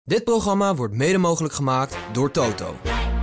Dit programma wordt mede mogelijk gemaakt door Toto.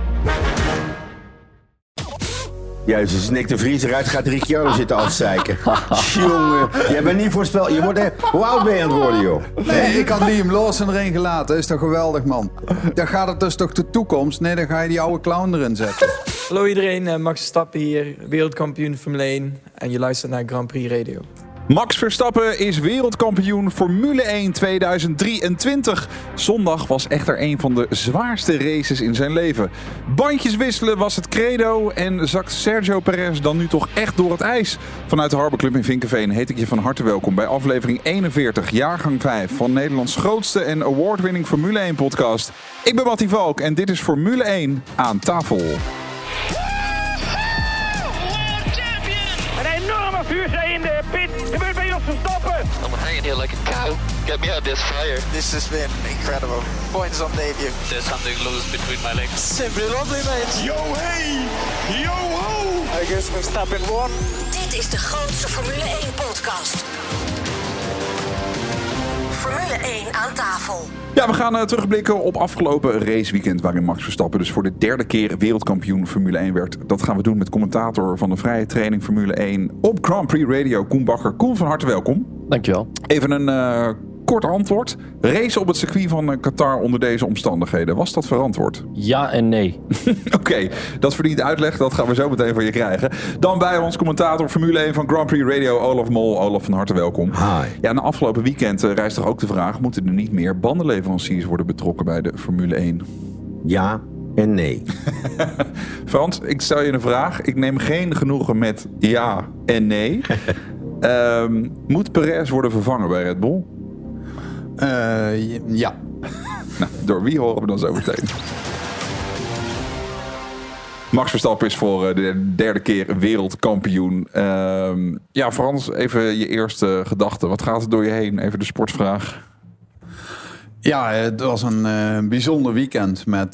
Juist, als Nick de Vries eruit gaat Ricciardo zitten afzeiken. Jongen, jij bent niet voorspel. Hoe oud ben je aan het worden, joh? Nee, ik had Liam Lawson erin gelaten. Dat is toch geweldig, man. Dan gaat het dus toch de toekomst? Nee, dan ga je die oude clown erin zetten. Hallo iedereen, Max Verstappen hier, wereldkampioen Formule 1. En je luistert naar Grand Prix Radio. Max Verstappen is wereldkampioen Formule 1 2023. Zondag was echter een van de zwaarste races in zijn leven. Bandjes wisselen was het credo en zakt Sergio Perez dan nu toch echt door het ijs. Vanuit de Harbor Club in Vinkeveen heet ik je van harte welkom bij aflevering 41, jaargang 5 van Nederlands grootste en award-winning Formule 1 podcast. Ik ben Mattie Valk en dit is Formule 1 aan tafel. Een enorme vuurzee in de pit. Gebeurt bij ons Verstappen. I'm hanging here like a cow. Get me out of this fire. This has been incredible. Points on debut. There's something loose between my legs. Simply lovely, mate. Yo, hey. Yo, ho. I guess Verstappen won. Dit is de grootste Formule 1 podcast. Formule 1 aan tafel. Ja, we gaan terugblikken op afgelopen raceweekend waarin Max Verstappen dus voor de derde keer wereldkampioen Formule 1 werd. Dat gaan we doen met commentator van de vrije training Formule 1 op Grand Prix Radio, Koen Bakker. Koen, van harte welkom. Dankjewel. Even een kort antwoord. Race op het circuit van Qatar onder deze omstandigheden. Was dat verantwoord? Ja en nee. Oké, dat verdient uitleg. Dat gaan we zo meteen van je krijgen. Dan bij ons commentator Formule 1 van Grand Prix Radio, Olaf Mol. Olaf, van harte welkom. Hi. Ja, na afgelopen weekend rijst toch ook de vraag: moeten er niet meer bandenleveranciers worden betrokken bij de Formule 1? Ja en nee. Frans, ik stel je een vraag. Ik neem geen genoegen met ja en nee. Moet Perez worden vervangen bij Red Bull? Ja. Nou, door wie horen we dan zo meteen? Max Verstappen is voor de derde keer wereldkampioen. Ja, Frans, even je eerste gedachte. Wat gaat er door je heen? Even de sportvraag. Ja, het was een bijzonder weekend met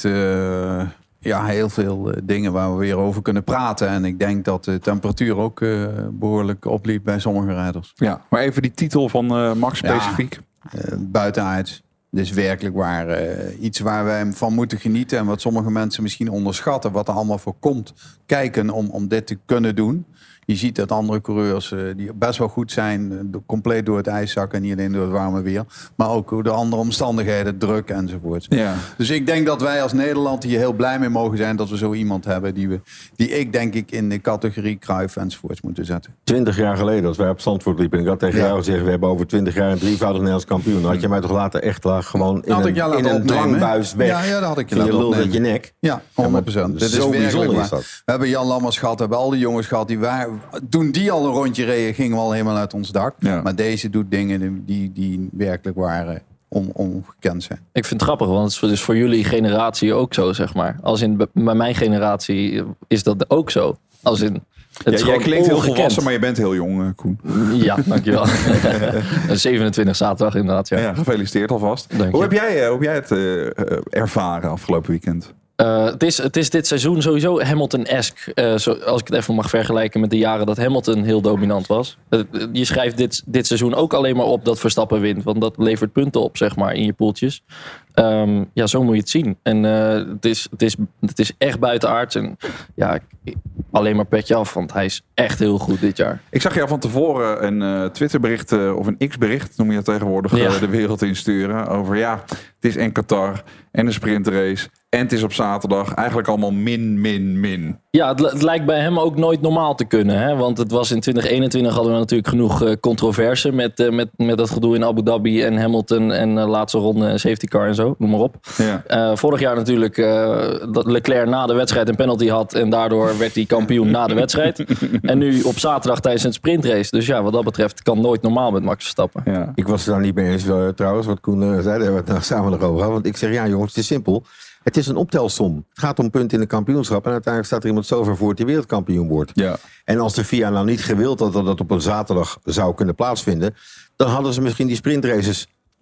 heel veel dingen waar we weer over kunnen praten. En ik denk dat de temperatuur ook behoorlijk opliep bij sommige rijders. Ja, maar even die titel van Max specifiek. Buitenuit. Dus werkelijk waar iets waar wij van moeten genieten. En wat sommige mensen misschien onderschatten. Wat er allemaal voor komt kijken om dit te kunnen doen. Je ziet dat andere coureurs die best wel goed zijn. Compleet door het ijs zakken. En niet alleen door het warme weer. Maar ook door de andere omstandigheden. Druk enzovoort. Ja. Dus ik denk dat wij als Nederland hier heel blij mee mogen zijn. Dat we zo iemand hebben die ik denk ik in de categorie Cruijff enzovoorts moeten zetten. 20 jaar geleden, als wij op Zandvoort liepen. En ik had tegen jou gezegd, we hebben over 20 jaar een drievoudig Nederlands kampioen. Dan had je mij toch later echt gewoon in een dwangbuis weg. Ja, dat had ik je laten laten opnemen. Je lek. Ja, 100%. Dit is zo werkelijk bijzonder waar. is dat. We hebben Jan Lammers gehad, we hebben al die jongens gehad. Toen die al een rondje reden, gingen we al helemaal uit ons dak. Ja. Maar deze doet dingen die werkelijk waren ongekend zijn. Ik vind het grappig, want het is dus voor jullie generatie ook zo, zeg maar. Als in bij mijn generatie is dat ook zo. Als in, Jij klinkt heel volwassen, maar je bent heel jong, Koen. Ja, dankjewel. 27 zaterdag inderdaad, ja. Ja, gefeliciteerd alvast. Hoe heb jij het ervaren afgelopen weekend? Het is dit seizoen sowieso Hamilton-esque. Als ik het even mag vergelijken met de jaren dat Hamilton heel dominant was. Je schrijft dit seizoen ook alleen maar op dat Verstappen wint. Want dat levert punten op, zeg maar, in je poeltjes. Ja, zo moet je het zien. En het is echt buitenaards. En ja, alleen maar petje af, want hij is echt heel goed dit jaar. Ik zag jou van tevoren een Twitterbericht of een X-bericht, noem je dat tegenwoordig, de wereld insturen. Over het is en Qatar en een sprintrace. En het is op zaterdag. Eigenlijk allemaal min. Ja, het lijkt bij hem ook nooit normaal te kunnen. Hè? Want het was in 2021 hadden we natuurlijk genoeg controverse met dat gedoe in Abu Dhabi en Hamilton en laatste ronde safety car en zo. Noem maar op. Ja. Vorig jaar natuurlijk dat Leclerc na de wedstrijd een penalty had en daardoor werd hij kampioen na de wedstrijd. En nu op zaterdag tijdens een sprintrace. Dus ja, wat dat betreft kan nooit normaal met Max Verstappen. Ja. Ik was het daar niet mee eens trouwens, wat Koen zei. Daar hebben we het nou samen nog over gehad. Want ik zeg, ja jongens, het is simpel. Het is een optelsom. Het gaat om punten in de kampioenschap. En uiteindelijk staat er iemand zover voor die wereldkampioen wordt. Ja. En als de FIA nou niet gewild had dat dat op een zaterdag zou kunnen plaatsvinden, dan hadden ze misschien die sprintraces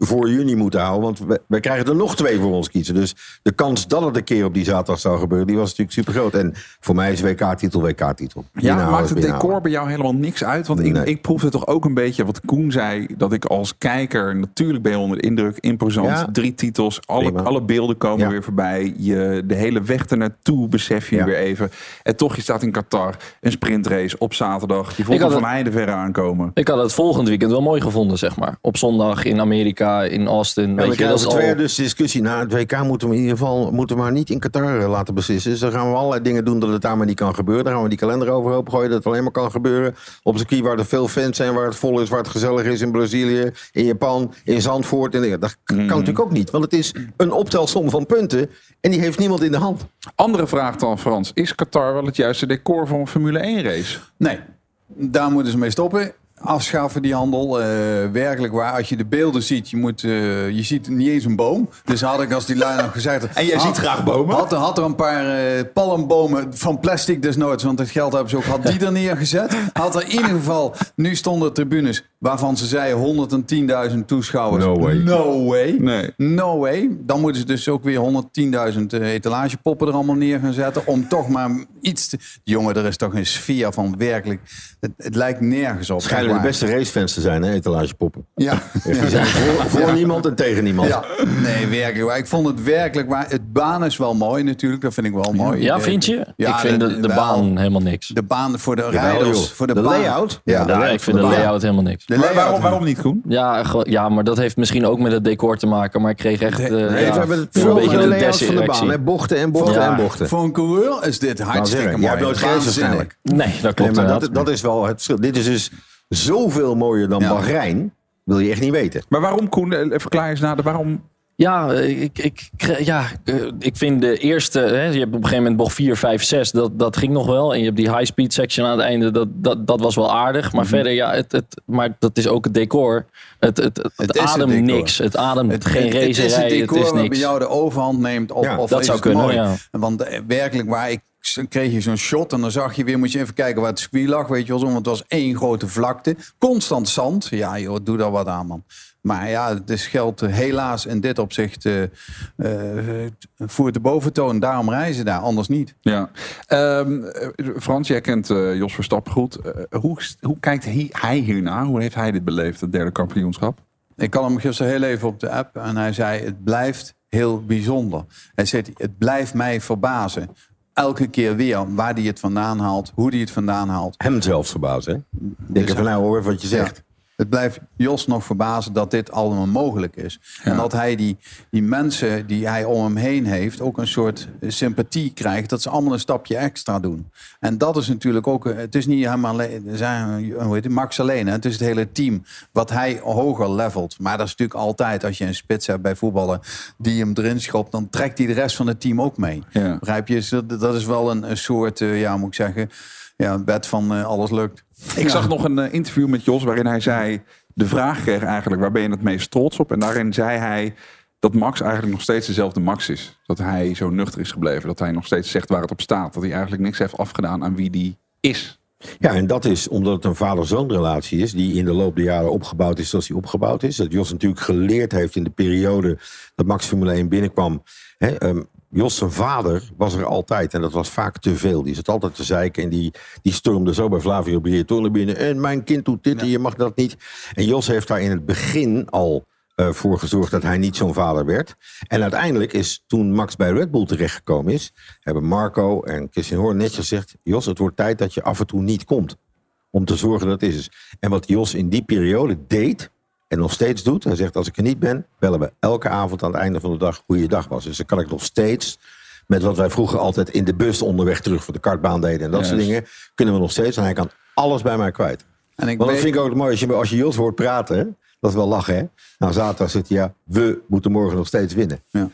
voor juni moeten houden. Want wij krijgen er nog 2 voor ons kiezen. Dus de kans dat het een keer op die zaterdag zou gebeuren, die was natuurlijk super groot. En voor mij is WK-titel. Ja, maakt het decor bij jou helemaal niks uit? Want ik proefde toch ook een beetje wat Koen zei, dat ik als kijker, natuurlijk ben je onder de indruk, imposant, ja. 3 titels, alle beelden komen weer voorbij. De hele weg ernaartoe besef je weer even. En toch, je staat in Qatar, een sprintrace op zaterdag. Je voelt het van heideverre aankomen. Ik had het volgend weekend wel mooi gevonden, zeg maar. Op zondag in Amerika, in Austin. Ja, we krijgen 2 jaar dus discussie. Na het WK moeten we in ieder geval maar niet in Qatar laten beslissen. Dus dan gaan we allerlei dingen doen dat het daar maar niet kan gebeuren. Dan gaan we die kalender overhoop gooien dat het alleen maar kan gebeuren op een circuit waar er veel fans zijn, waar het vol is, waar het gezellig is in Brazilië, in Japan, in Zandvoort. En dat kan natuurlijk ook niet, want het is een optelsom van punten en die heeft niemand in de hand. Andere vraag dan, Frans. Is Qatar wel het juiste decor voor een Formule 1 race? Nee, daar moeten ze mee stoppen. Afschaffen die handel. Werkelijk waar. Als je de beelden ziet, je ziet niet eens een boom. Dus had ik als die lui nog gezegd... En jij ziet graag bomen? Had er een paar palmbomen van plastic desnoods, want het geld hebben ze ook, had die er neergezet. Had er in ieder geval, nu stonden tribunes waarvan ze zeiden 110.000 toeschouwers. No way. No way. Dan moeten ze dus ook weer 110.000 etalagepoppen er allemaal neer gaan zetten. Om toch maar iets te... Jongen, er is toch een sfeer van werkelijk... Het lijkt nergens op. Schijnen de beste racefans te zijn, hè, etalagepoppen. Ja. Die zijn voor niemand en tegen niemand. Ja. Nee, werkelijk waar. Ik vond het werkelijk waar. Het baan is wel mooi natuurlijk. Dat vind ik wel mooi. Ja, vind je? Ja, ik vind de baan helemaal niks. De baan voor de rijders. Voor de layout? Ja, ik vind de layout helemaal niks. Waarom niet, Koen? Ja, maar dat heeft misschien ook met het decor te maken. Maar ik kreeg echt we hebben het een beetje de layout van de baan. Hè? Bochten en bochten. Voor een coureur is dit hartstikke mooi. Jij hebt nooit gereden waarschijnlijk. Nee, dat klopt. Maar dat is wel het verschil. Dit is dus zoveel mooier dan Bahrein. Wil je echt niet weten. Maar waarom, Koen? Verklaar eens nader. Waarom? Ja, ik vind de eerste... Hè, je hebt op een gegeven moment bocht 4, 5, 6. Dat ging nog wel. En je hebt die high-speed section aan het einde. Dat was wel aardig. Maar verder, maar dat is ook het decor. Het ademt niks. Het ademt geen racerij. Het is het decor het is niks. Dat bij jou de overhand neemt. Of dat zou kunnen, mooi. Ja. Want werkelijk waar... kreeg je zo'n shot en dan zag je weer, moet je even kijken waar het circuit lag, weet je wel zo, want het was 1 grote vlakte, constant zand. Ja joh, doe daar wat aan, man. Maar ja, het is geldt helaas in dit opzicht voert de boventoon. Daarom reizen daar, anders niet. Ja. Frans, jij kent Jos Verstappen goed. Hoe kijkt hij hiernaar? Hoe heeft hij dit beleefd, het 3e kampioenschap? Ik kan hem gisteren heel even op de app en hij zei, het blijft heel bijzonder. Hij zei, het blijft mij verbazen. Elke keer weer waar hij het vandaan haalt, hoe hij het vandaan haalt. Hem zelfs verbazen, hè? Denk je van nou hoor wat je zegt. Ja. Het blijft Jos nog verbazen dat dit allemaal mogelijk is. Ja. En dat hij die mensen die hij om hem heen heeft ook een soort sympathie krijgt. Dat ze allemaal een stapje extra doen. En dat is natuurlijk ook... Het is niet helemaal Max alleen. Hè? Het is het hele team wat hij hoger levelt. Maar dat is natuurlijk altijd als je een spits hebt bij voetballen die hem erin schopt, dan trekt hij de rest van het team ook mee. Ja. Begrijp je? Dat is wel een soort, moet ik zeggen... Ja, een wet van alles lukt. Ik zag nog een interview met Jos waarin hij zei... De vraag kreeg eigenlijk, waar ben je het meest trots op? En daarin zei hij dat Max eigenlijk nog steeds dezelfde Max is. Dat hij zo nuchter is gebleven. Dat hij nog steeds zegt waar het op staat. Dat hij eigenlijk niks heeft afgedaan aan wie die is. Ja, en dat is omdat het een vader-zoon relatie is... die in de loop der jaren opgebouwd is zoals hij opgebouwd is. Dat Jos natuurlijk geleerd heeft in de periode dat Max Formule 1 binnenkwam... Jos zijn vader was er altijd en dat was vaak te veel. Die zat altijd te zeiken en die stormde zo bij Flavio Briatore binnen. En mijn kind doet dit en je mag dat niet. En Jos heeft daar in het begin al voor gezorgd dat hij niet zo'n vader werd. En uiteindelijk is toen Max bij Red Bull terechtgekomen is... hebben Marco en Christian Horner net gezegd... Jos, het wordt tijd dat je af en toe niet komt. Om te zorgen dat het is. En wat Jos in die periode deed... en nog steeds doet. Hij zegt, als ik er niet ben, bellen we elke avond aan het einde van de dag hoe je dag was. Dus dan kan ik nog steeds, met wat wij vroeger altijd in de bus onderweg terug voor de kartbaan deden en dat soort dingen, kunnen we nog steeds. En hij kan alles bij mij kwijt. Want dat vind ik ook mooi, als je Jos hoort praten, hè? Dat is wel lachen, hè? Nou, zaterdag zit hij, we moeten morgen nog steeds winnen. Ja.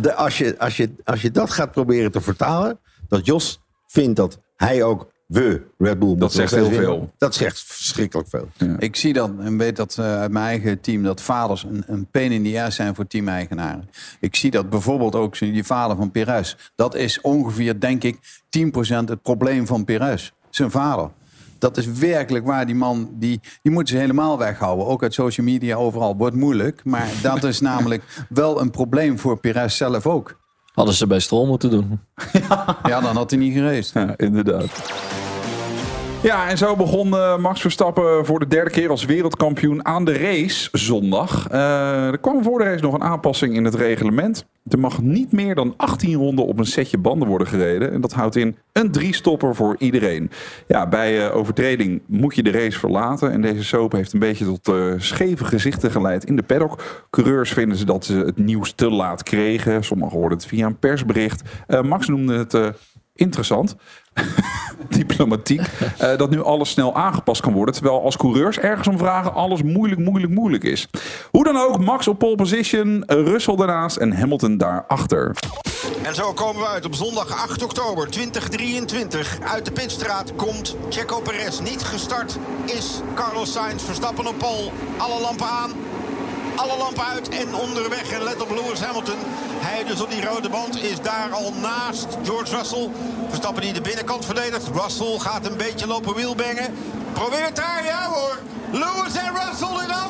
Als je dat gaat proberen te vertalen, dat Jos vindt dat hij ook... Red Bull. Dat zegt heel veel. Dat zegt verschrikkelijk veel. Ja. Ik zie dat en weet dat uit mijn eigen team... dat vaders een pain in the ass zijn voor team-eigenaren. Ik zie dat bijvoorbeeld ook die vader van Perez. Dat is ongeveer, denk ik, 10% het probleem van Perez. Zijn vader. Dat is werkelijk waar. Die man, die moeten ze helemaal weghouden. Ook uit social media, overal. Wordt moeilijk. Maar dat is namelijk wel een probleem voor Perez zelf ook. Hadden ze bij Stroll moeten doen. Ja, dan had hij niet geraced. Ja, inderdaad. Ja, en zo begon Max Verstappen voor de derde keer als wereldkampioen aan de race zondag. Er kwam voor de race nog een aanpassing in het reglement. Er mag niet meer dan 18 ronden op een setje banden worden gereden. En dat houdt in een 3-stopper voor iedereen. Ja, bij overtreding moet je de race verlaten. En deze soap heeft een beetje tot scheve gezichten geleid in de paddock. Coureurs vinden dat ze het nieuws te laat kregen. Sommigen hoorden het via een persbericht. Max noemde het interessant. Diplomatiek. Dat nu alles snel aangepast kan worden. Terwijl als coureurs ergens om vragen alles moeilijk is. Hoe dan ook, Max op pole position, Russell daarnaast en Hamilton daarachter. En zo komen we uit op zondag 8 oktober 2023. Uit de pitstraat komt Checo Perez. Niet gestart is Carlos Sainz. Verstappen op pole. Alle lampen aan. Alle lampen uit en onderweg. En let op Lewis Hamilton. Hij dus op die rode band is daar al naast George Russell. Verstappen die de binnenkant verdedigt. Russell gaat een beetje lopen wielbengen. Probeert daar, ja hoor. Lewis en Russell eraf.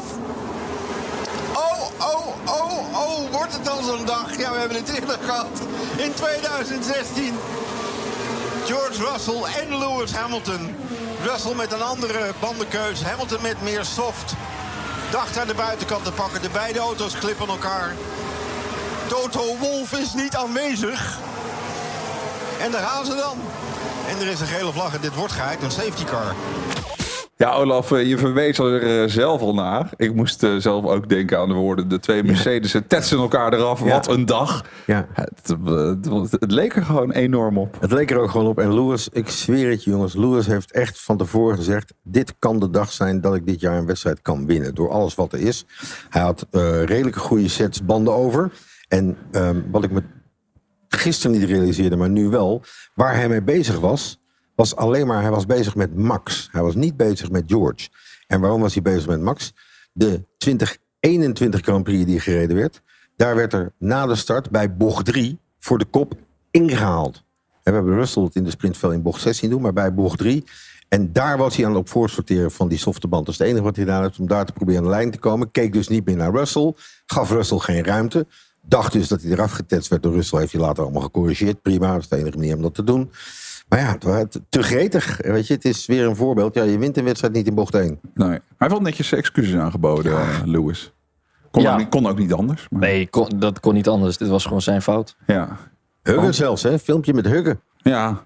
Oh, wordt het al zo'n dag? Ja, we hebben het eerder gehad. In 2016. George Russell en Lewis Hamilton. Russell met een andere bandenkeus. Hamilton met meer soft. Dacht aan de buitenkant te pakken. De beide auto's klippen elkaar. Toto Wolff is niet aanwezig. En daar gaan ze dan. En er is een gele vlag en dit wordt geheid een safety car. Ja, Olaf, je verwees er zelf al naar. Ik moest zelf ook denken aan de woorden. De twee Mercedes'en tetsen elkaar eraf. Ja. Wat een dag. Ja. Het leek er gewoon enorm op. Het leek er ook gewoon op. En Lewis, ik zweer het je jongens. Lewis heeft echt van tevoren gezegd. Dit kan de dag zijn dat ik dit jaar een wedstrijd kan winnen. Door alles wat er is. Hij had redelijke goede sets banden over. En wat ik me gisteren niet realiseerde, maar nu wel. Waar hij mee bezig was alleen maar, hij was bezig met Max. Hij was niet bezig met George. En waarom was hij bezig met Max? De 2021 Grand Prix die gereden werd, daar werd er na de start bij bocht 3 voor de kop ingehaald. En we hebben Russell het in de sprintveld in bocht 16 doen, maar bij bocht 3. En daar was hij aan het op voorsorteren van die softe band. Dus het enige wat hij gedaan heeft om daar te proberen aan de lijn te komen. Keek dus niet meer naar Russell. Gaf Russell geen ruimte. Dacht dus dat hij eraf getetst werd door Russell. Heeft hij later allemaal gecorrigeerd. Prima, dat is de enige manier om dat te doen. Maar ja, te gretig. Weet je, het is weer een voorbeeld. Ja, je wint een wedstrijd niet in bocht 1. Nee. Hij heeft wel netjes excuses aangeboden, Lewis. Kon ook niet anders. Maar... Nee, dat kon niet anders. Dit was gewoon zijn fout. Ja. Huggen zelfs, hè? Filmpje met huggen. Ja.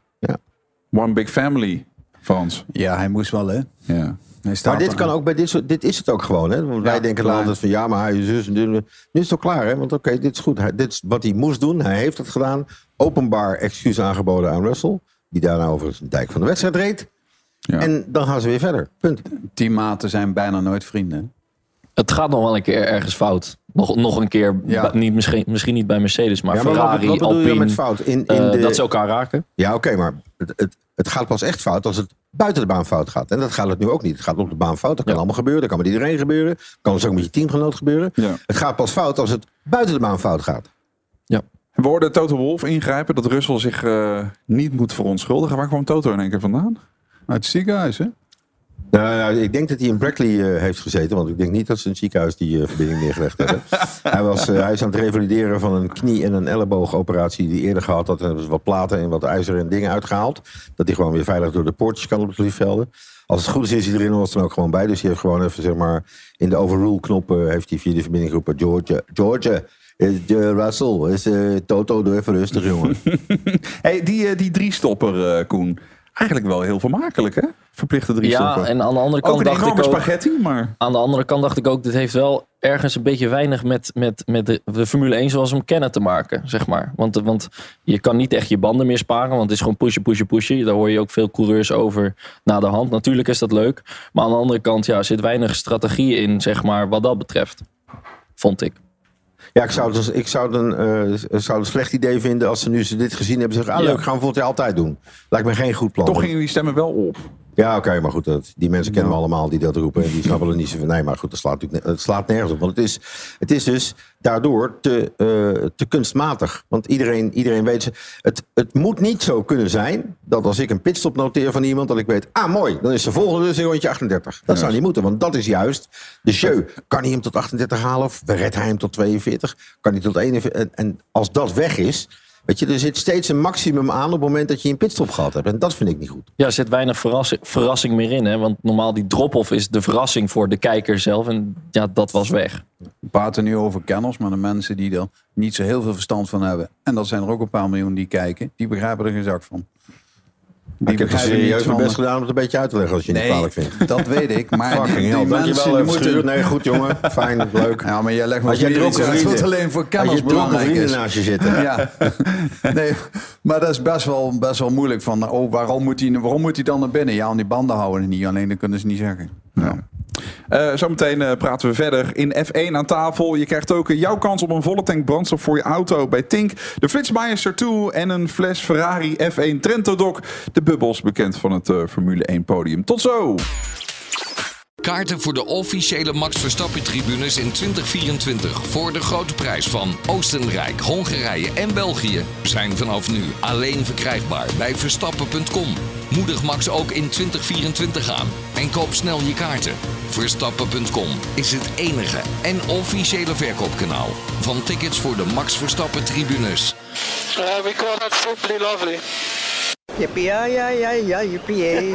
One big family, Frans. Ja, hij moest wel, hè? Ja. Maar dit kan ook bij dit is het ook gewoon, hè? Want wij denken dan altijd van ja, maar hij is zus. Nu is het toch klaar, hè? Want oké, dit is goed. Dit is wat hij moest doen. Hij heeft het gedaan. Openbaar excuus aangeboden aan Russell. Die daarna over een dijk van de wedstrijd reed. Ja. En dan gaan ze weer verder. Punt. Teammaten zijn bijna nooit vrienden. Het gaat nog wel een keer ergens fout. Nog een keer, misschien niet bij Mercedes, maar Ferrari, wat bedoel Alpine. Je met fout? Dat ze elkaar raken. Ja, oké, maar het gaat pas echt fout als het buiten de baan fout gaat. En dat gaat het nu ook niet. Het gaat op de baan fout. Dat kan allemaal gebeuren. Dat kan met iedereen gebeuren. Kan dus ook met je teamgenoot gebeuren. Ja. Het gaat pas fout als het buiten de baan fout gaat. Ja. We hoorden Toto Wolff ingrijpen dat Russell zich niet moet verontschuldigen. Waar kwam Toto in één keer vandaan? Uit het ziekenhuis, hè? Nou, ik denk dat hij in Brackley heeft gezeten. Want ik denk niet dat ze in het ziekenhuis die verbinding neergelegd hebben. Hij is aan het revalideren van een knie- en een elleboogoperatie die hij eerder gehad had. En hebben ze wat platen en wat ijzer en dingen uitgehaald. Dat hij gewoon weer veilig door de poortjes kan op de vliegvelden. Als het goed is hij erin, was er dan ook gewoon bij. Dus hij heeft gewoon even, zeg maar, in de overrule-knop heeft hij via de verbinding geroepen. George, Russell, is Toto, doe even rustig, jongen. Hey, die drie-stopper, Koen. Eigenlijk wel heel vermakelijk, hè? Verplichte drie-stopper. Ja, en aan de andere kant dacht ik ook... spaghetti, maar... Aan de andere kant dacht ik ook, dit heeft wel ergens een beetje weinig met de Formule 1 zoals we hem kennen te maken, zeg maar. Want je kan niet echt je banden meer sparen, want het is gewoon pushen. Daar hoor je ook veel coureurs over na de hand. Natuurlijk is dat leuk. Maar aan de andere kant, zit weinig strategie in, zeg maar, wat dat betreft. Vond ik. Ja, ik zou het een slecht idee vinden als ze nu dit gezien hebben. Zeggen, leuk, gaan we volgend jaar altijd doen. Lijkt me geen goed plan. Toch gingen die stemmen wel op. Ja, oké, maar goed, die mensen kennen we allemaal die dat roepen. En die snappen er niet zo van. Nee, maar goed, het slaat nergens op. Want het is dus daardoor te kunstmatig. Want iedereen weet... Het moet niet zo kunnen zijn dat als ik een pitstop noteer van iemand... dat ik weet, mooi, dan is de volgende dus in rondje 38. Dat zou niet moeten, want dat is juist de show. Kan hij hem tot 38 halen of redt hij hem tot 42? Kan hij tot 41? En als dat weg is... Weet je, er zit steeds een maximum aan op het moment dat je een pitstop gehad hebt. En dat vind ik niet goed. Ja, er zit weinig verrassing meer in. Hè? Want normaal die drop-off is de verrassing voor de kijker zelf. En ja, dat was weg. We praten nu over kenners, maar de mensen die er niet zo heel veel verstand van hebben. En dat zijn er ook een paar miljoen die kijken. Die begrijpen er geen zak van. Ik heb serieus mijn best gedaan om het een beetje uit te leggen als je het niet kwalijk vindt. Dat weet ik. Maar die mensen die moeten... Nee, goed jongen. Fijn, leuk. Ja, maar jij legt me iets uit wat alleen voor kenners belangrijk is. Vrienden naast je zitten. Ja. Nee, maar dat is best wel moeilijk. Van, waarom moet hij dan naar binnen? Ja, om die banden houden niet. Alleen dat kunnen ze niet zeggen. Ja. Zometeen praten we verder in F1 aan tafel. Je krijgt ook jouw kans op een volle tank brandstof voor je auto bij Tink. De Flitsmeister 2 en een fles Ferrari F1 Trento Doc. De bubbels bekend van het Formule 1 podium. Tot zo! Kaarten voor de officiële Max Verstappen-tribunes in 2024 voor de grote prijs van Oostenrijk, Hongarije en België zijn vanaf nu alleen verkrijgbaar bij Verstappen.com. Moedig Max ook in 2024 aan en koop snel je kaarten. Verstappen.com is het enige en officiële verkoopkanaal van tickets voor de Max Verstappen-tribunes. We call that simply lovely. Jippie, ja, jippie,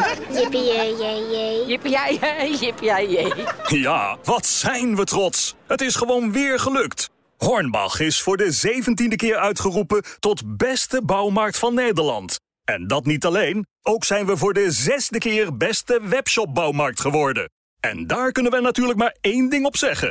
Jippie, Ja, wat zijn we trots. Het is gewoon weer gelukt. Hornbach is voor de 17e keer uitgeroepen tot beste bouwmarkt van Nederland. En dat niet alleen, ook zijn we voor de 6e keer beste webshopbouwmarkt geworden. En daar kunnen we natuurlijk maar één ding op zeggen.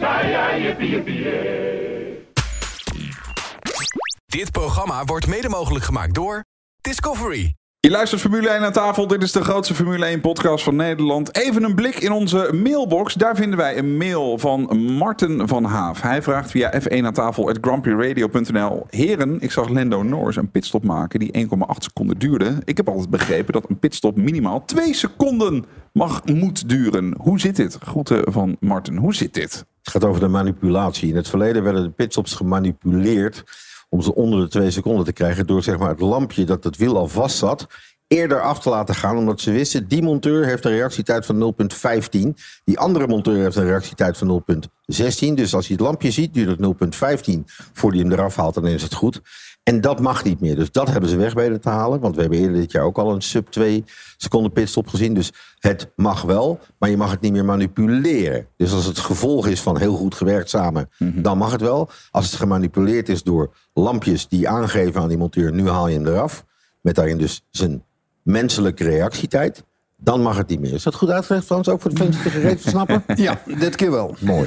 Dit programma wordt mede mogelijk gemaakt door Discovery. Je luistert Formule 1 aan tafel. Dit is de grootste Formule 1 podcast van Nederland. Even een blik in onze mailbox. Daar vinden wij een mail van Marten van Haaf. Hij vraagt via F1 aan tafel @grandprixradio.nl. Heren, ik zag Lando Norris een pitstop maken die 1,8 seconden duurde. Ik heb altijd begrepen dat een pitstop minimaal 2 seconden moet duren. Hoe zit dit? Groeten van Marten. Hoe zit dit? Het gaat over de manipulatie. In het verleden werden de pitstops gemanipuleerd om ze onder de 2 seconden te krijgen door zeg maar, het lampje dat het wiel al vast zat eerder af te laten gaan. Omdat ze wisten, die monteur heeft een reactietijd van 0,15. Die andere monteur heeft een reactietijd van 0,16. Dus als je het lampje ziet, duurt het 0,15 voor hij hem eraf haalt. Dan is het goed. En dat mag niet meer. Dus dat hebben ze weg weten te halen. Want we hebben eerder dit jaar ook al een sub 2 seconden pitstop gezien. Dus het mag wel, maar je mag het niet meer manipuleren. Dus als het gevolg is van heel goed gewerkt samen, dan mag het wel. Als het gemanipuleerd is door lampjes die aangeven aan die monteur, nu haal je hem eraf. Met daarin dus zijn menselijke reactietijd. Dan mag het niet meer. Is dat goed uitgelegd, Frans? Ook voor de fans die gereed versnappen? Ja, dit keer wel. Mooi.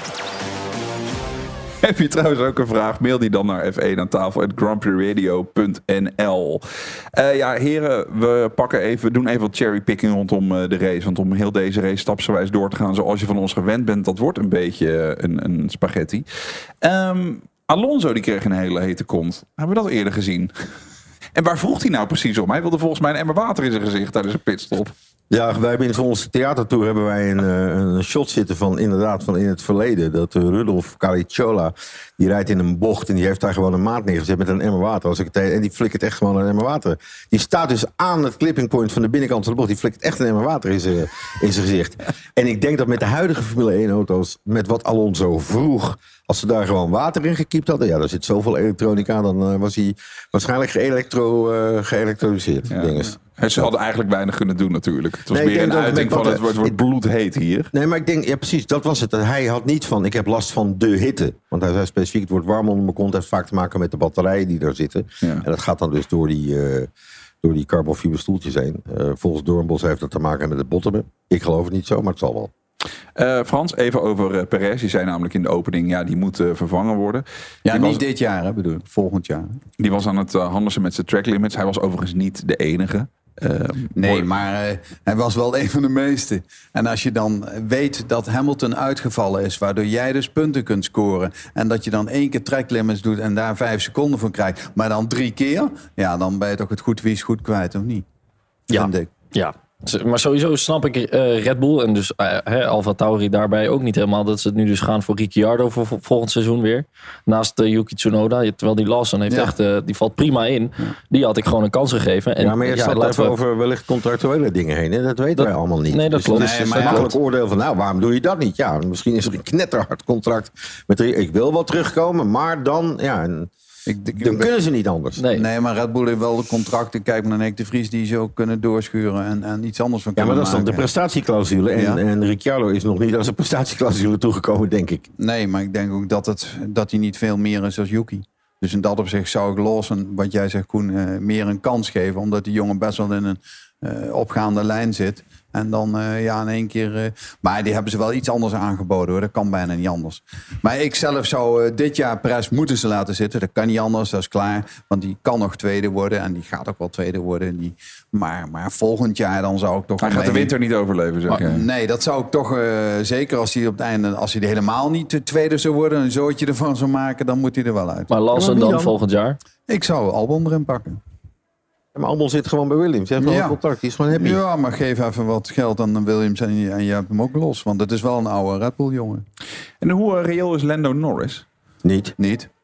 Heb je trouwens ook een vraag? Mail die dan naar F1 aan tafel @grandprixradio.nl. Ja, heren, we doen even wat cherrypicking rondom de race. Want om heel deze race stapsgewijs door te gaan zoals je van ons gewend bent, dat wordt een beetje een spaghetti. Alonso die kreeg een hele hete kont. Hebben we dat eerder gezien? En waar vroeg hij nou precies om? Hij wilde volgens mij een emmer water in zijn gezicht tijdens een pitstop. Ja, wij hebben in onze theatertour hebben wij een shot zitten van in het verleden. Dat Rudolf Caricciola, die rijdt in een bocht en die heeft daar gewoon een maat neergezet met een emmer water. En die flikkert echt gewoon een emmer water. Die staat dus aan het clipping point van de binnenkant van de bocht. Die flikkert echt een emmer water in zijn gezicht. En ik denk dat met de huidige Formule 1 auto's, met wat Alonso vroeg, als ze daar gewoon water in gekiept hadden, ja, daar zit zoveel elektronica, dan was hij waarschijnlijk geëlektroliseerd. Ja. Ze hadden eigenlijk weinig kunnen doen natuurlijk. Het was meer een uiting van het wordt bloedheet hier. Nee, maar ik denk, ja precies, dat was het. Hij had niet van, ik heb last van de hitte. Want hij zei specifiek, het wordt warm onder mijn kont. Heeft vaak te maken met de batterijen die daar zitten. Ja. En dat gaat dan dus door die carbonfiber stoeltjes heen. Volgens Doornbos heeft dat te maken met het bottomen. Ik geloof het niet zo, maar het zal wel. Frans, even over Perez. Je zei namelijk in de opening, ja, die moet vervangen worden. Ja, niet dit jaar, hè, bedoel, volgend jaar. Die was aan het handelen met zijn track limits. Hij was overigens niet de enige. Nee, maar hij was wel een van de meeste. En als je dan weet dat Hamilton uitgevallen is, waardoor jij dus punten kunt scoren, en dat je dan 1 keer track limits doet en daar 5 seconden voor krijgt, maar dan 3 keer, ja, dan ben je toch het goed wie is goed kwijt, of niet? Ja, ja. Maar sowieso snap ik Red Bull en dus AlphaTauri daarbij ook niet helemaal. Dat ze het nu dus gaan voor Ricciardo voor volgend seizoen weer. Naast Yuki Tsunoda. Terwijl die Lawson heeft echt, die valt prima in. Ja. Die had ik gewoon een kans gegeven. En, maar je staat even over wellicht contractuele dingen heen. Hè? Dat weten wij allemaal niet. Nee, dat klopt. Dus het is een makkelijk oordeel van, waarom doe je dat niet? Ja, misschien is er een knetterhard contract. Ik wil wel terugkomen, maar dan... dan kunnen ze niet anders. Nee, maar Red Bull heeft wel de contracten. Kijk maar naar Nick de Vries, die ze ook kunnen doorschuren en iets anders van kunnen maken. Ja, maar dat is dan de prestatieclausule. En Ricciardo is nog niet als een prestatieclausule toegekomen, denk ik. Nee, maar ik denk ook dat hij niet veel meer is als Yuki. Dus in dat opzicht zou ik Lawson, wat jij zegt Koen, meer een kans geven. Omdat die jongen best wel in een opgaande lijn zit. En dan in één keer... maar die hebben ze wel iets anders aangeboden hoor. Dat kan bijna niet anders. Maar ik zelf zou dit jaar Perez moeten ze laten zitten. Dat kan niet anders, dat is klaar. Want die kan nog tweede worden. En die gaat ook wel tweede worden. Maar volgend jaar dan zou ik toch... Hij gaat de winter niet overleven, zeg je. Nee, dat zou ik toch... zeker als hij op het einde... Als hij helemaal niet de tweede zou worden... een zootje ervan zou maken... dan moet hij er wel uit. Maar Lawson dan volgend jaar? Ik zou Albon erin pakken. Maar Albon zit gewoon bij Williams. Hij heeft wel een contract. Die is gewoon happy. Ja, maar geef even wat geld aan Williams en je hebt hem ook los. Want het is wel een oude Red Bull jongen. En hoe reëel is Lando Norris? Niet.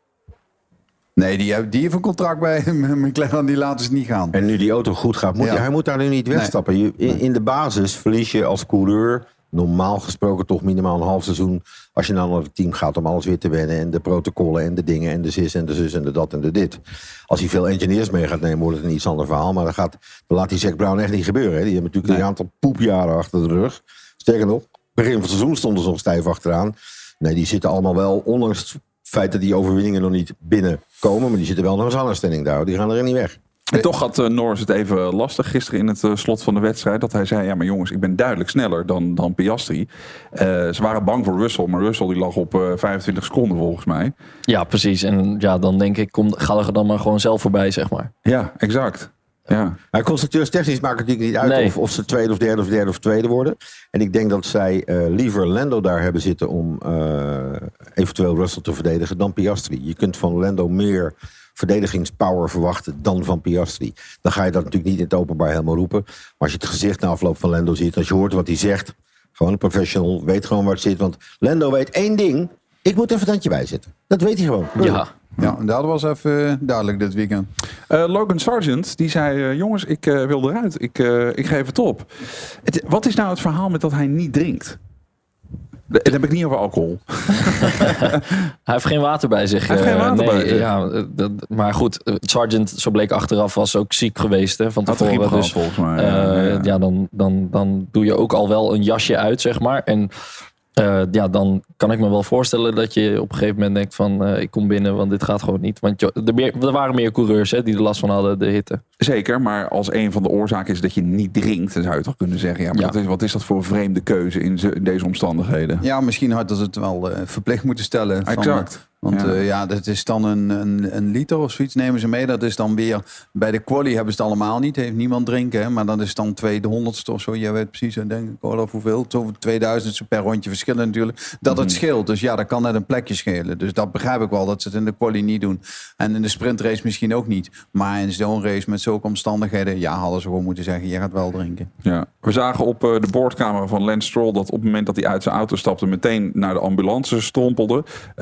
Nee, die heeft een contract bij McLaren. Die laten ze niet gaan. En nu die auto goed gaat, hij moet daar nu niet wegstappen. Nee. In de basis verlies je als coureur... normaal gesproken toch minimaal een half seizoen... als je nou naar het team gaat om alles weer te wennen... en de protocollen en de dingen en de zus en de zus en de dat en de dit. Als hij veel engineers mee gaat nemen, wordt het een iets ander verhaal. Maar dan laat die Zac Brown echt niet gebeuren. Hè. Die hebben natuurlijk een aantal poepjaren achter de rug. Sterker nog, begin van het seizoen stonden ze nog stijf achteraan. Nee, die zitten allemaal wel, ondanks het feit dat die overwinningen nog niet binnenkomen... maar die zitten wel nog eens aan de stelling daar. Die gaan er niet weg. En toch had Norris het even lastig gisteren in het slot van de wedstrijd. Dat hij zei, ja maar jongens, ik ben duidelijk sneller dan Piastri. Ze waren bang voor Russell, maar Russell die lag op 25 seconden volgens mij. Ja, precies. En dan denk ik, ga er dan maar gewoon zelf voorbij, zeg maar. Ja, exact. Ja. Maar constructeurstechnisch maakt het natuurlijk niet uit of ze tweede of derde worden. En ik denk dat zij liever Lando daar hebben zitten om eventueel Russell te verdedigen dan Piastri. Je kunt van Lando meer... verdedigingspower verwachten dan van Piastri. Dan ga je dat natuurlijk niet in het openbaar helemaal roepen. Maar als je het gezicht na afloop van Lando ziet... als je hoort wat hij zegt... gewoon een professional, weet gewoon waar het zit. Want Lando weet één ding... ik moet even een tandje bij zitten. Dat weet hij gewoon. Ja, dat was even duidelijk dit weekend. Logan Sargent, die zei... jongens, ik wil eruit. Ik geef het op. Wat is nou het verhaal met dat hij niet drinkt? Dat heb ik niet over alcohol. Hij heeft geen water bij zich. Maar goed, Sargent, zo bleek achteraf, was ook ziek geweest. Hè, van tevoren. Dus, volgens mij. Dan doe je ook al wel een jasje uit, zeg maar. En dan kan ik me wel voorstellen dat je op een gegeven moment denkt van... ik kom binnen, want dit gaat gewoon niet. Want er waren meer coureurs die er last van hadden, de hitte. Zeker, maar als een van de oorzaken is dat je niet drinkt... dan zou je toch kunnen zeggen... ja, maar wat is dat voor een vreemde keuze in deze omstandigheden? Ja, misschien hadden ze het wel verplicht moeten stellen. Exact. Want dat is dan een liter of zoiets nemen ze mee. Dat is dan weer... Bij de quali hebben ze het allemaal niet. Heeft niemand drinken. Hè? Maar dan is het dan 200ste of zo. Jij weet precies, denk ik, of hoeveel. 2000ste per rondje verschillen natuurlijk. Dat het scheelt. Dus dat kan net een plekje schelen. Dus dat begrijp ik wel, dat ze het in de quali niet doen. En in de sprintrace misschien ook niet. Maar in zo'n race met zulke omstandigheden... hadden ze gewoon moeten zeggen, je gaat wel drinken. Ja. We zagen op de boordcamera van Lance Stroll... dat op het moment dat hij uit zijn auto stapte... meteen naar de ambulance strompelde.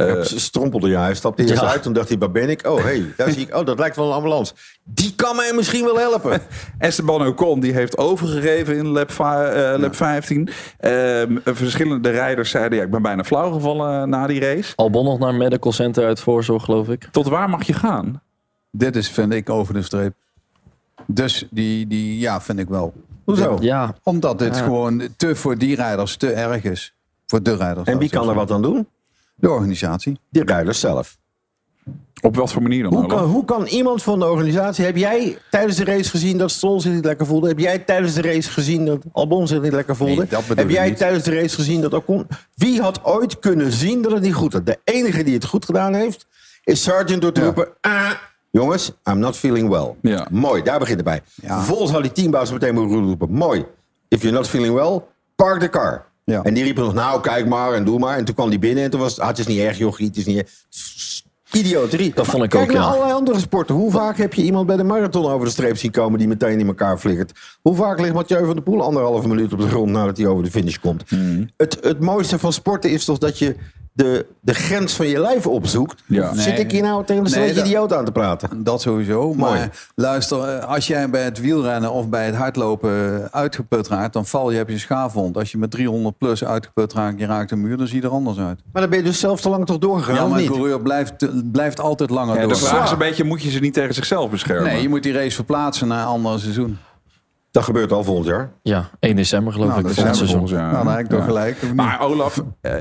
Hij stapte eerst uit, toen dacht hij, waar ben ik? Daar zie ik, dat lijkt wel een ambulance. Die kan mij misschien wel helpen. Esteban Ocon, die heeft overgegeven in lap 15. Verschillende rijders zeiden, ik ben bijna flauw gevallen na die race. Albon nog naar een medical center uit voorzorg, geloof ik. Tot waar mag je gaan? Dit is, vind ik, over de streep. Dus die vind ik wel. Hoezo? Ja. Omdat dit gewoon voor die rijders te erg is. Voor de rijders. En wie kan er wat aan doen? De organisatie. De rijders zelf. Op wat voor manier dan? Hoe kan iemand van de organisatie... Heb jij tijdens de race gezien dat Stroll zich niet lekker voelde? Heb jij tijdens de race gezien dat Albon zich niet lekker voelde? Nee, heb jij tijdens de race gezien dat Ocon... Wie had ooit kunnen zien dat het niet goed was? De enige die het goed gedaan heeft... is Sargent door te roepen... jongens, I'm not feeling well. Ja. Mooi, daar begint het bij. Ja. Vervolgens had die teambaas meteen moeten roepen... Mooi, if you're not feeling well, park the car. Ja. En die riepen nog, kijk maar en doe maar. En toen kwam die binnen en toen had het niet erg, jochie, het is niet erg. Idioterie. Dat vond ik Kijk ook, naar ja. allerlei andere sporten. Hoe vaak heb je iemand bij de marathon over de streep zien komen die meteen in elkaar flikkert? Hoe vaak ligt Mathieu van der Poel 1,5 minuut op de grond nadat hij over de finish komt? Het mooiste van sporten is toch dat je de grens van je lijf opzoekt. Ja. Zit ik hier nou tegen een idioot aan te praten? Dat sowieso. Mooi. Maar luister, als jij bij het wielrennen of bij het hardlopen uitgeput raakt, dan val je, heb je een schaafwond. Als je met 300 plus uitgeput raakt, je raakt een muur, dan zie je er anders uit. Maar dan ben je dus zelf te lang toch doorgegaan, Ja, maar of een niet? coureur blijft altijd langer door. De vraag is een beetje, moet je ze niet tegen zichzelf beschermen? Nee, je moet die race verplaatsen naar een ander seizoen. Dat gebeurt al volgend jaar. Ja, 1 december geloof ik. Volgend seizoen. Nou, dan heb ik toch gelijk. Maar Olaf,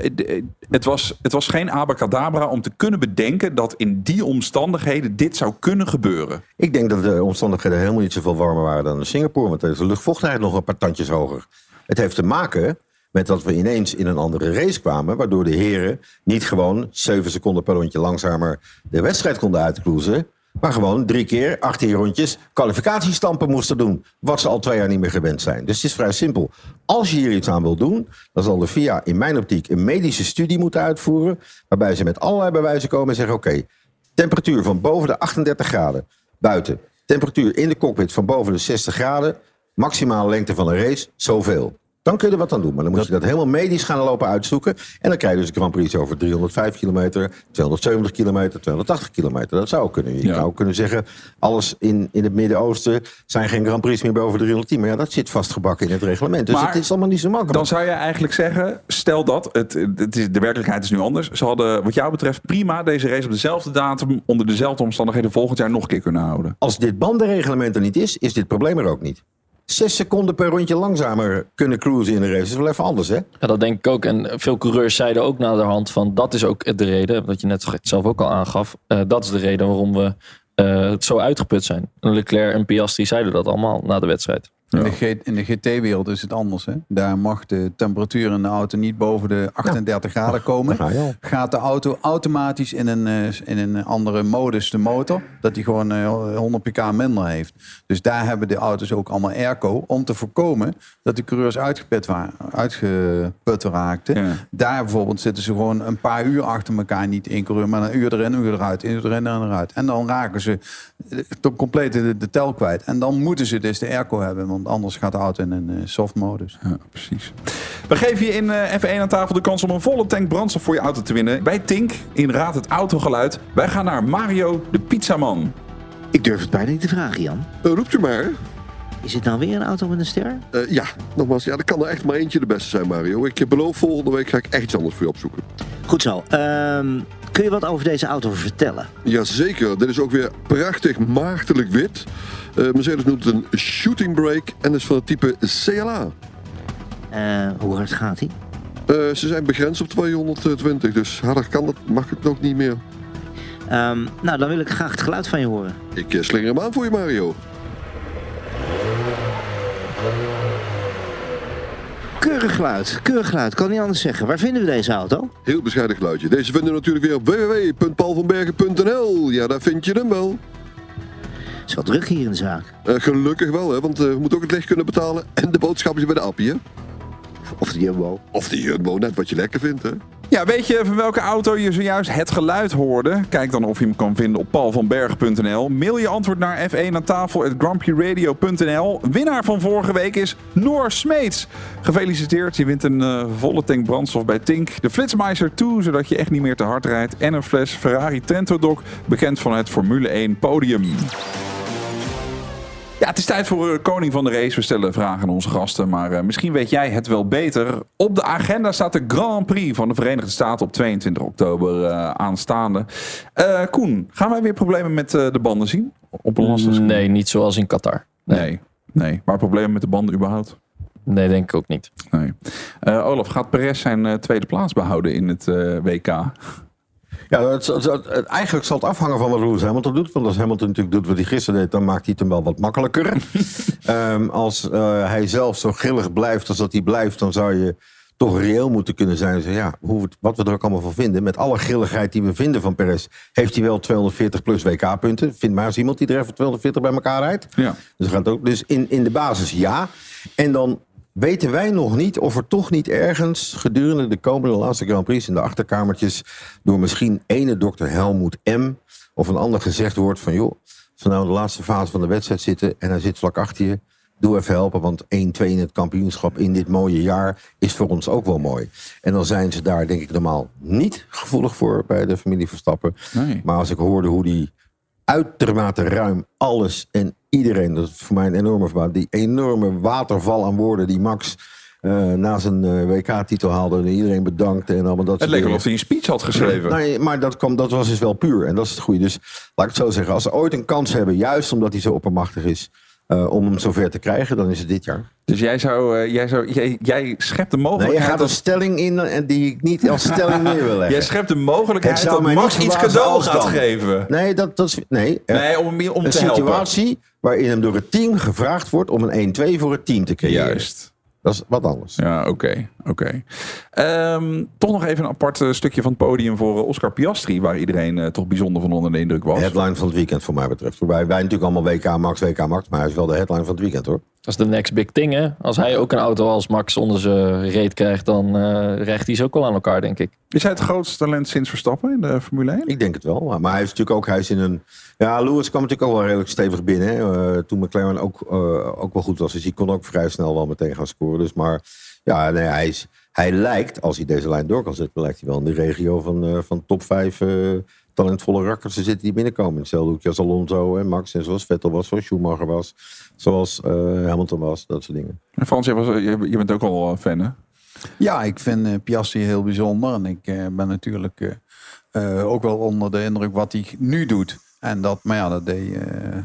het was geen abacadabra om te kunnen bedenken dat in die omstandigheden dit zou kunnen gebeuren. Ik denk dat de omstandigheden helemaal niet zoveel warmer waren dan in Singapore. Want er is de luchtvochtigheid nog een paar tandjes hoger. Het heeft te maken met dat we ineens in een andere race kwamen, waardoor de heren niet gewoon 7 seconden per rondje langzamer de wedstrijd konden uitcruisen, maar gewoon 3 keer 18 rondjes kwalificatiestampen moesten doen. Wat ze al 2 jaar niet meer gewend zijn. Dus het is vrij simpel. Als je hier iets aan wil doen, dan zal de FIA in mijn optiek een medische studie moeten uitvoeren, waarbij ze met allerlei bewijzen komen en zeggen, oké, temperatuur van boven de 38 graden buiten. Temperatuur in de cockpit van boven de 60 graden. Maximale lengte van een race, zoveel. Dan kun je er wat aan doen. Maar dan moet je dat helemaal medisch gaan lopen uitzoeken. En dan krijg je dus een Grand Prix over 305 kilometer, 270 kilometer, 280 kilometer. Dat zou kunnen. Je zou kunnen zeggen, alles in het Midden-Oosten zijn geen Grand Prix meer boven 310. Maar ja, dat zit vastgebakken in het reglement. Dus Maar het is allemaal niet zo makkelijk. Dan zou je eigenlijk zeggen, stel dat, de werkelijkheid is nu anders. Ze hadden wat jou betreft prima deze race op dezelfde datum, onder dezelfde omstandigheden volgend jaar nog een keer kunnen houden. Als dit bandenreglement er niet is dit probleem er ook niet. 6 seconden per rondje langzamer kunnen cruisen in de race. Dat is wel even anders, hè? Ja, dat denk ik ook. En veel coureurs zeiden ook naderhand van, dat is ook de reden, wat je net zelf ook al aangaf, dat is de reden waarom we zo uitgeput zijn. Leclerc en Piastri zeiden dat allemaal na de wedstrijd. In de GT-wereld is het anders. Hè? Daar mag de temperatuur in de auto niet boven de 38 graden komen. Gaat de auto automatisch in een andere modus, de motor, dat die gewoon 100 pk minder heeft. Dus daar hebben de auto's ook allemaal airco om te voorkomen dat de coureurs uitgeput raakten. Ja. Daar bijvoorbeeld zitten ze gewoon een paar uur achter elkaar, niet één coureur, maar een uur erin, een uur eruit, een uur erin en eruit. En dan raken ze compleet de tel kwijt. En dan moeten ze dus de airco hebben, want anders gaat de auto in een soft modus. Ja, precies. We geven je in F1 aan tafel de kans om een volle tank brandstof voor je auto te winnen. Bij Tink, in Raad het Autogeluid. Wij gaan naar Mario de Pizzaman. Ik durf het bijna niet te vragen, Jan. Roept u maar. Is het nou weer een auto met een ster? Ja, nogmaals, er kan er echt maar eentje de beste zijn, Mario. Ik beloof, volgende week ga ik echt iets anders voor je opzoeken. Goed zo. Kun je wat over deze auto vertellen? Jazeker. Dit is ook weer prachtig maagdelijk wit. Mercedes noemt het een shooting brake en is van het type CLA. Hoe hard gaat hij? Ze zijn begrensd op 220, dus harder kan dat, mag het nog niet meer. Nou, dan wil ik graag het geluid van je horen. Ik slinger hem aan voor je, Mario. Keurig geluid, kan niet anders zeggen. Waar vinden we deze auto? Heel bescheiden geluidje. Deze vinden we natuurlijk weer op www.paulvanbergen.nl. Ja, daar vind je hem wel. Het is wel druk hier in de zaak. Gelukkig wel, hè, want we moeten ook het licht kunnen betalen en de boodschapjes bij de appie, hè? Of de Jumbo. Of de Jumbo, net wat je lekker vindt, hè? Ja, weet je van welke auto je zojuist het geluid hoorde? Kijk dan of je hem kan vinden op paulvanbergen.nl. Mail je antwoord naar F1 aan tafel@grandprixradio.nl. Winnaar van vorige week is Noor Smeets. Gefeliciteerd, je wint een volle tank brandstof bij Tink. De Flitsmeister 2, zodat je echt niet meer te hard rijdt. En een fles Ferrari Trento Doc, bekend van het Formule 1 podium. Ja, het is tijd voor koning van de race. We stellen vragen aan onze gasten, maar misschien weet jij het wel beter. Op de agenda staat de Grand Prix van de Verenigde Staten op 22 oktober aanstaande. Koen, gaan wij weer problemen met de banden zien? Op een lastig seizoen? Nee, niet zoals in Qatar. Nee. Maar problemen met de banden überhaupt? Nee, denk ik ook niet. Nee. Olaf, gaat Perez zijn tweede plaats behouden in het WK? Ja, eigenlijk zal het afhangen van wat Lewis Hamilton doet. Want als Hamilton natuurlijk doet wat hij gisteren deed, dan maakt hij het hem wel wat makkelijker. Als hij zelf zo grillig blijft als dat hij blijft, dan zou je toch reëel moeten kunnen zijn. Dus ja, wat we er ook allemaal van vinden. Met alle grilligheid die we vinden van Perez, heeft hij wel 240 plus WK-punten. Vind maar eens iemand die er even 240 bij elkaar rijdt. Ja. Dus in de basis ja. En dan weten wij nog niet of er toch niet ergens gedurende de komende laatste Grand Prix in de achterkamertjes door misschien ene dokter Helmoet M. of een ander gezegd wordt van joh, als we nou in de laatste fase van de wedstrijd zitten en hij zit vlak achter je, doe even helpen, want 1-2 in het kampioenschap in dit mooie jaar is voor ons ook wel mooi. En dan zijn ze daar denk ik normaal niet gevoelig voor bij de familie Verstappen. Nee. Maar als ik hoorde hoe die uitermate ruim alles en iedereen, dat is voor mij een enorme verbaasing, die enorme waterval aan woorden die Max na zijn WK-titel haalde en iedereen bedankte en allemaal dat. Het leek wel of hij een speech had geschreven. Nee, maar dat was dus wel puur en dat is het goede. Dus laat ik het zo zeggen, als ze ooit een kans hebben, juist omdat hij zo oppermachtig is, om hem zover te krijgen, dan is het dit jaar. Dus jij schept de mogelijkheid... Nee, je gaat een stelling in en die ik niet als stelling neer wil leggen. Jij schept de mogelijkheid dat Max iets cadeau gaat geven. Nee, dat is... Nee, om een te situatie helpen. Waarin hem door het team gevraagd wordt om een 1-2 voor het team te creëren. Juist. Dat is wat anders. Ja, oké. Toch nog even een apart stukje van het podium voor Oscar Piastri, waar iedereen toch bijzonder van onder de indruk was. Headline van het weekend voor mij betreft. Wij natuurlijk allemaal WK Max, maar hij is wel de headline van het weekend hoor. Dat is de next big thing, hè? Als hij ook een auto als Max onder zijn reet krijgt, dan rijgt hij ze ook wel aan elkaar, denk ik. Is hij het grootste talent sinds Verstappen in de Formule 1? Ik denk het wel. Maar hij is natuurlijk ook, in een... Ja, Lewis kwam natuurlijk ook wel redelijk stevig binnen. Hè? Toen McLaren ook wel goed was. Dus hij kon ook vrij snel wel meteen gaan scoren. Dus maar ja, nee, hij lijkt, als hij deze lijn door kan zetten, lijkt hij wel in de regio van top 5 talentvolle rakkers te zitten die binnenkomen. In hetzelfde hoekje als Alonso en Max en zoals Vettel was, zoals Schumacher was, zoals Hamilton was, dat soort dingen. En Frans, je bent ook al fan, hè? Ja, ik vind Piastri heel bijzonder. En ik ben natuurlijk ook wel onder de indruk wat hij nu doet. En dat, maar ja, dat deed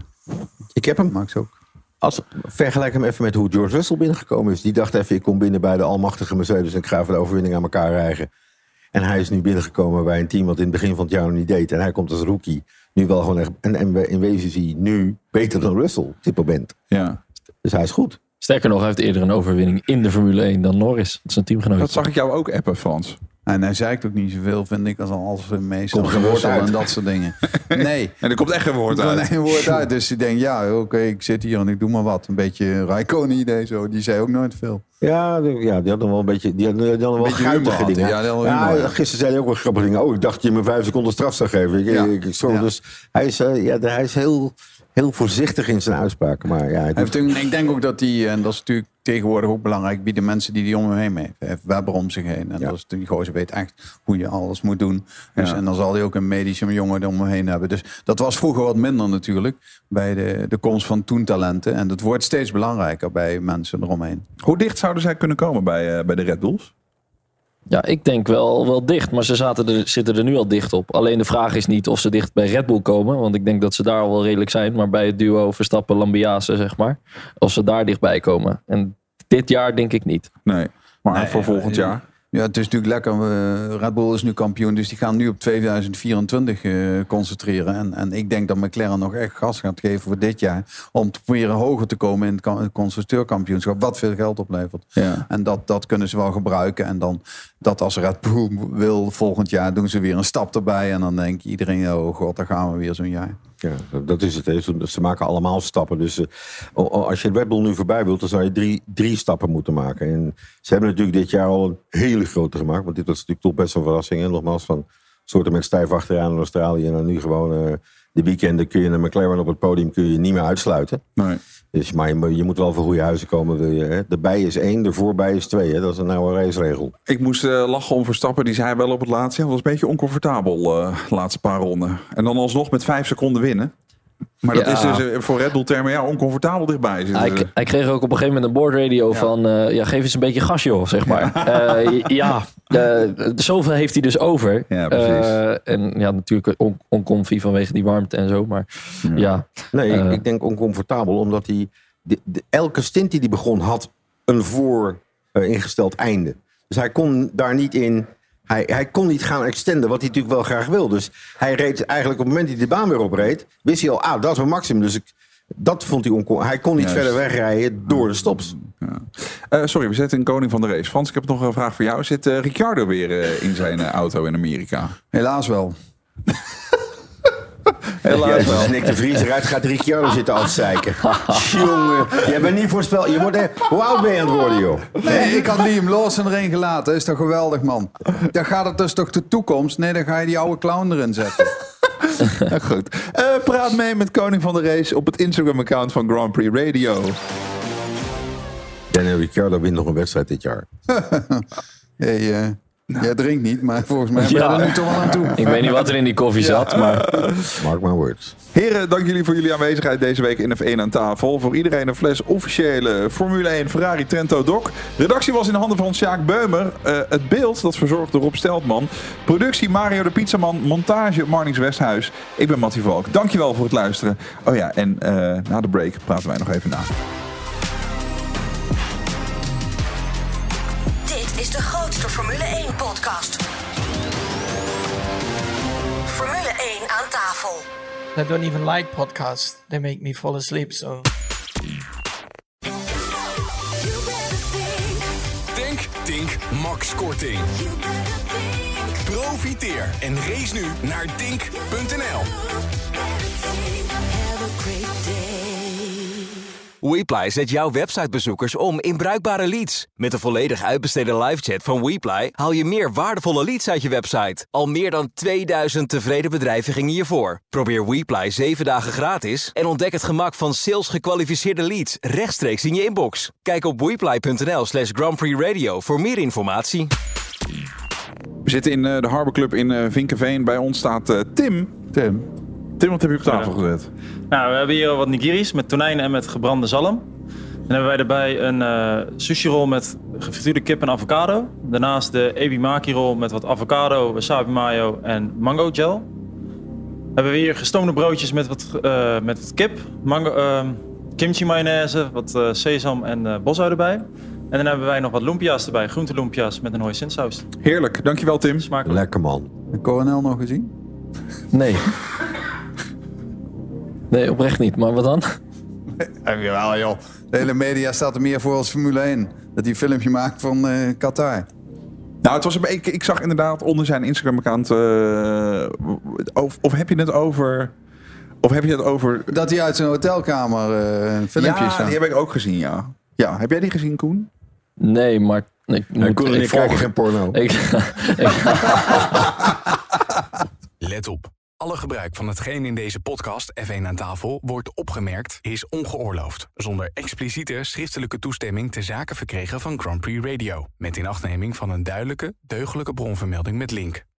ik heb hem. Max ook. Vergelijk hem even met hoe George Russell binnengekomen is. Die dacht even, ik kom binnen bij de almachtige Mercedes en ik ga even de overwinning aan elkaar rijgen. En hij is nu binnengekomen bij een team wat in het begin van het jaar nog niet deed. En hij komt als rookie nu wel gewoon echt... En in wezen is hij nu beter dan Russell op dit moment. Ja. Dus hij is goed. Sterker nog, hij heeft eerder een overwinning in de Formule 1 dan Norris. Dat is een teamgenoot. Dat zag ik jou ook appen, Frans. En hij zeikt ook niet zoveel, vind ik, als meestal. Komt geen woord uit. En dat soort dingen. Nee. En er komt echt geen woord uit. Geen woord uit. Dus ik denk, ja, oké, ik zit hier en ik doe maar wat. Een beetje Raikkonen-idee zo. Die zei ook nooit veel. Ja, die hadden wel een beetje... Die hadden wel guitige dingen. Ja, gisteren zei hij ook wel grappige dingen. Oh, ik dacht dat je me 5 seconden straf zou geven. Dus hij is heel voorzichtig in zijn uitspraken. Maar ja, ik denk ook dat hij, en dat is natuurlijk tegenwoordig ook belangrijk, bij de mensen die om hem heen heeft. Hij heeft Webber om zich heen. En dat is natuurlijk gewoon, ze weet echt hoe je alles moet doen. Dus, en dan zal hij ook een medische jongen om hem heen hebben. Dus dat was vroeger wat minder natuurlijk, bij de komst van toentalenten. En dat wordt steeds belangrijker bij mensen eromheen. Hoe dicht zouden zij kunnen komen bij de Red Bulls? Ja, ik denk wel dicht. Maar ze zitten er nu al dicht op. Alleen de vraag is niet of ze dicht bij Red Bull komen. Want ik denk dat ze daar al wel redelijk zijn. Maar bij het duo Verstappen-Lambiase, zeg maar. Of ze daar dichtbij komen. En dit jaar denk ik niet. Nee, maar voor volgend jaar? Ja, het is natuurlijk lekker. Red Bull is nu kampioen. Dus die gaan nu op 2024 concentreren. En ik denk dat McLaren nog echt gas gaat geven voor dit jaar. Om te proberen hoger te komen in het constructeurkampioenschap. Wat veel geld oplevert. Ja. En dat kunnen ze wel gebruiken. En dan dat als Red Bull wil volgend jaar doen ze weer een stap erbij. En dan denkt iedereen, oh god, daar gaan we weer zo'n jaar. Ja, dat is het. Ze maken allemaal stappen. Dus als je Red Bull nu voorbij wilt, dan zou je drie stappen moeten maken. En ze hebben natuurlijk dit jaar al een hele grote gemaakt. Want dit was natuurlijk toch best een verrassing. En nogmaals, van soorten met stijf achteraan in Australië. En dan nu gewoon de weekenden kun je naar McLaren op het podium kun je niet meer uitsluiten. Nee. Dus, maar je moet wel voor goede huizen komen. Wil je, hè? De bij is 1, de voorbij is 2. Hè? Dat is een oude raceregel. Ik moest lachen om Verstappen. Die zei wel op het laatste. Ja, dat was een beetje oncomfortabel laatste paar ronden. En dan alsnog met 5 seconden winnen. Maar dat is dus voor Red Bull termen oncomfortabel dichtbij. Hij kreeg ook op een gegeven moment een boordradio van... geef eens een beetje gas, joh, zeg maar. Zoveel heeft hij dus over. Ja, precies. En ja, natuurlijk oncomfy vanwege die warmte en zo. Maar Nee, ik denk oncomfortabel, omdat hij... elke stint die hij begon had een ingesteld einde. Dus hij kon daar niet in... Hij kon niet gaan extenden, wat hij natuurlijk wel graag wil. Dus hij reed eigenlijk op het moment dat hij de baan weer opreed... wist hij al, dat is mijn maximum. Dus dat vond hij hij kon niet verder wegrijden door de stops. Ja. Sorry, we zetten een koning van de race. Frans, ik heb nog een vraag voor jou. Zit Ricciardo weer in zijn auto in Amerika? Helaas wel. Helaas wel. Als Nick de Vries eruit gaat, Ricciardo zitten afzeiken. Jongen, jij bent niet voorspel. Hoe oud ben je aan het worden, joh? Nee, ik had Liam Lawson erin gelaten. Dat is toch geweldig, man. Dan gaat het dus toch de toekomst? Nee, dan ga je die oude clown erin zetten. Goed. Praat mee met Koning van de Race op het Instagram-account van Grand Prix Radio. Daniel Ricciardo wint nog een wedstrijd dit jaar. Jij drinkt niet, maar volgens mij ben je er nu toch wel aan toe. Ik weet niet wat er in die koffie zat, maar... Mark my words. Heren, dank jullie voor jullie aanwezigheid deze week in F1 aan tafel. Voor iedereen een fles officiële Formule 1 Ferrari Trento Doc. Redactie was in de handen van Sjaak Beumer. Het beeld, dat verzorgde Rob Steltman. Productie Mario de Pizzaman. Montage Marnix Westhuis. Ik ben Mattie Valk. Dankjewel voor het luisteren. Oh ja, en na de break praten wij nog even na. Dit is de grootste Formule 1-podcast. Formule 1 aan tafel. I don't even like podcasts. They make me fall asleep, so... Tink Max Korting. Profiteer en race nu naar Tink.nl. Weeply zet jouw websitebezoekers om in bruikbare leads. Met de volledig uitbesteden livechat van Weeply haal je meer waardevolle leads uit je website. Al meer dan 2000 tevreden bedrijven gingen hiervoor. Probeer Weeply 7 dagen gratis en ontdek het gemak van sales gekwalificeerde leads rechtstreeks in je inbox. Kijk op weeply.nl/Grand Prix Radio voor meer informatie. We zitten in de Harbor Club in Vinkeveen. Bij ons staat Tim. Tim, wat heb je op tafel gezet? Nou, we hebben hier wat nigiris met tonijn en met gebrande zalm. Dan hebben wij erbij een sushi-rol met gefrituurde kip en avocado. Daarnaast de ebi-maki-rol met wat avocado, wasabi mayo en mango gel. Hebben we hier gestoomde broodjes met wat kip, kimchi mayonaise, wat sesam en bosui erbij. En dan hebben wij nog wat lumpia's erbij, groentelumpia's met een hoisinsaus. Heerlijk, dankjewel Tim. Smakelijk. Lekker man. Heb je Coronel nog gezien? Nee. Nee, oprecht niet. Maar wat dan? Jawel, joh. De hele media staat er meer voor als Formule 1. Dat hij een filmpje maakt van Qatar. Nou, het was ik zag inderdaad onder zijn Instagram-account... Of heb je het over... Dat hij uit zijn hotelkamer filmpjes Ja, die heb ik ook gezien, ja. Ja, heb jij die gezien, Koen? Nee, maar... Ik kijk geen porno. Let op. Alle gebruik van hetgeen in deze podcast F1 aan tafel wordt opgemerkt is ongeoorloofd. Zonder expliciete schriftelijke toestemming ter zake verkregen van Grand Prix Radio. Met inachtneming van een duidelijke, deugdelijke bronvermelding met link.